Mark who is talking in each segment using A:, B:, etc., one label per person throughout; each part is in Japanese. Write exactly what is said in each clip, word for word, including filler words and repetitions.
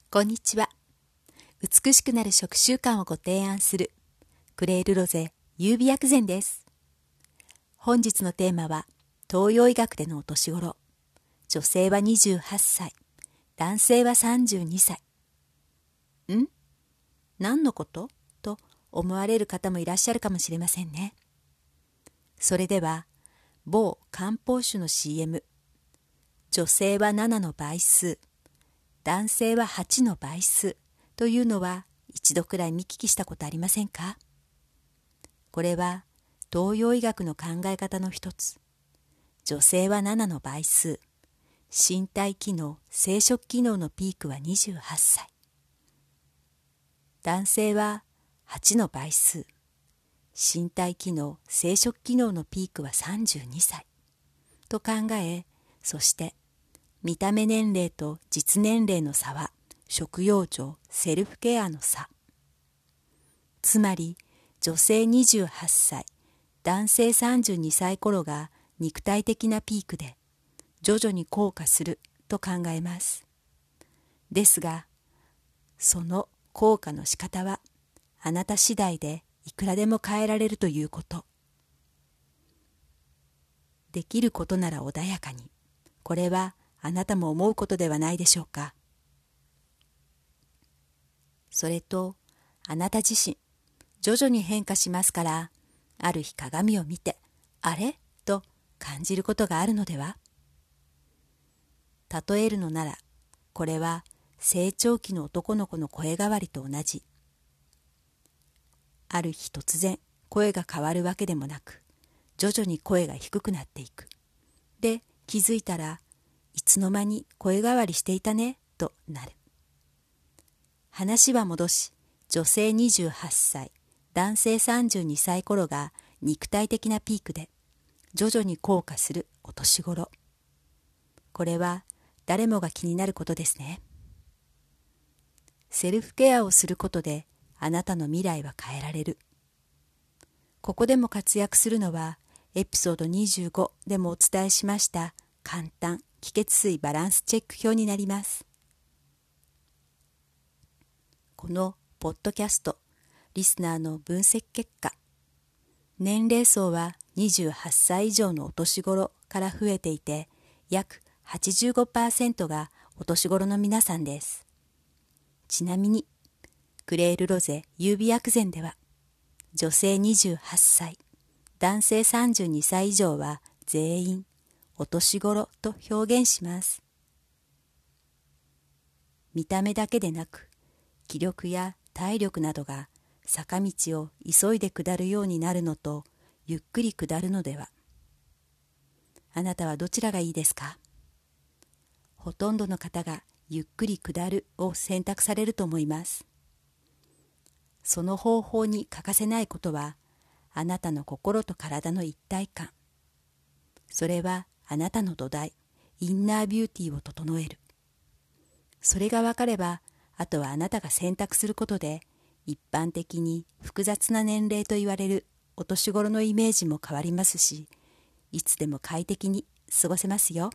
A: こんにちは。美しくなる食習慣をご提案するクレールロゼ優美薬膳です。本日のテーマは東洋医学でのお年頃。女性はにじゅうはっさい、男性はさんじゅうにさい。ん?何のこと?と思われる方もいらっしゃるかもしれませんね。それでは某漢方酒の シーエム、女性はななの倍数、男性ははちの倍数というのは一度くらい見聞きしたことありませんか？これは東洋医学の考え方の一つ。女性はななの倍数、身体機能、生殖機能のピークはにじゅうはっさい。男性ははちの倍数、身体機能、生殖機能のピークはさんじゅうにさいと考え、そして見た目年齢と実年齢の差は食用上セルフケアの差。つまり女性にじゅうはっさい、男性さんじゅうにさい頃が肉体的なピークで徐々に降下すると考えます。ですがその降下の仕方はあなた次第でいくらでも変えられるということ。できることなら穏やかに。これはあなたも思うことではないでしょうか。それとあなた自身徐々に変化しますから、ある日鏡を見てあれと感じることがあるのでは。例えるのならこれは成長期の男の子の声変わりと同じ。ある日突然声が変わるわけでもなく、徐々に声が低くなっていく。で気づいたらいつの間に声変わりしていたねとなる。話は戻し、女性にじゅうはっさい、男性さんじゅうにさい頃が肉体的なピークで徐々に降下するお年頃。これは誰もが気になることですね。セルフケアをすることであなたの未来は変えられる。ここでも活躍するのはエピソードにじゅうごでもお伝えしました簡単気血水バランスチェック表になります。このポッドキャストリスナーの分析結果、年齢層はにじゅうはっさい以上のお年頃から増えていて、約 はちじゅうごパーセント がお年頃の皆さんです。ちなみにクレールロゼ優美薬膳では女性にじゅうはっさい、男性さんじゅうにさい以上は全員お年頃と表現します。見た目だけでなく気力や体力などが坂道を急いで下るようになるのとゆっくり下るのでは。あなたはどちらがいいですか？ほとんどの方がゆっくり下るを選択されると思います。その方法に欠かせないことはあなたの心と体の一体感。それはあなたの土台、インナービューティーを整える。それが分かれば、あとはあなたが選択することで、一般的に複雑な年齢と言われるお年頃のイメージも変わりますし、いつでも快適に過ごせますよ。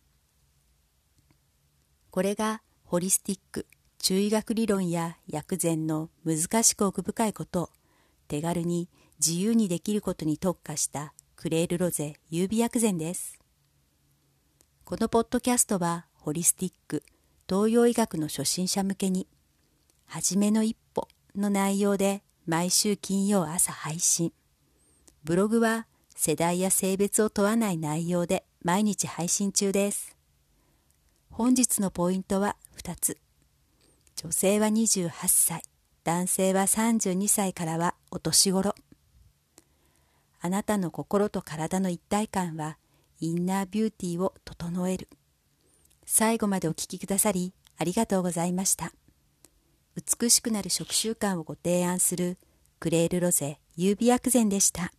A: これがホリスティック、中医学理論や薬膳の難しく奥深いことを手軽に自由にできることに特化したクレールロゼ優美薬膳です。このポッドキャストはホリスティック、東洋医学の初心者向けに、はじめの一歩の内容で毎週金曜朝配信。ブログは世代や性別を問わない内容で毎日配信中です。本日のポイントはふたつ。女性はにじゅうはっさい、男性はさんじゅうにさいからはお年頃。あなたの心と体の一体感はインナービューティーを整える。最後までお聞きくださりありがとうございました。美しくなる食習慣をご提案するクレールロゼ優美薬膳でした。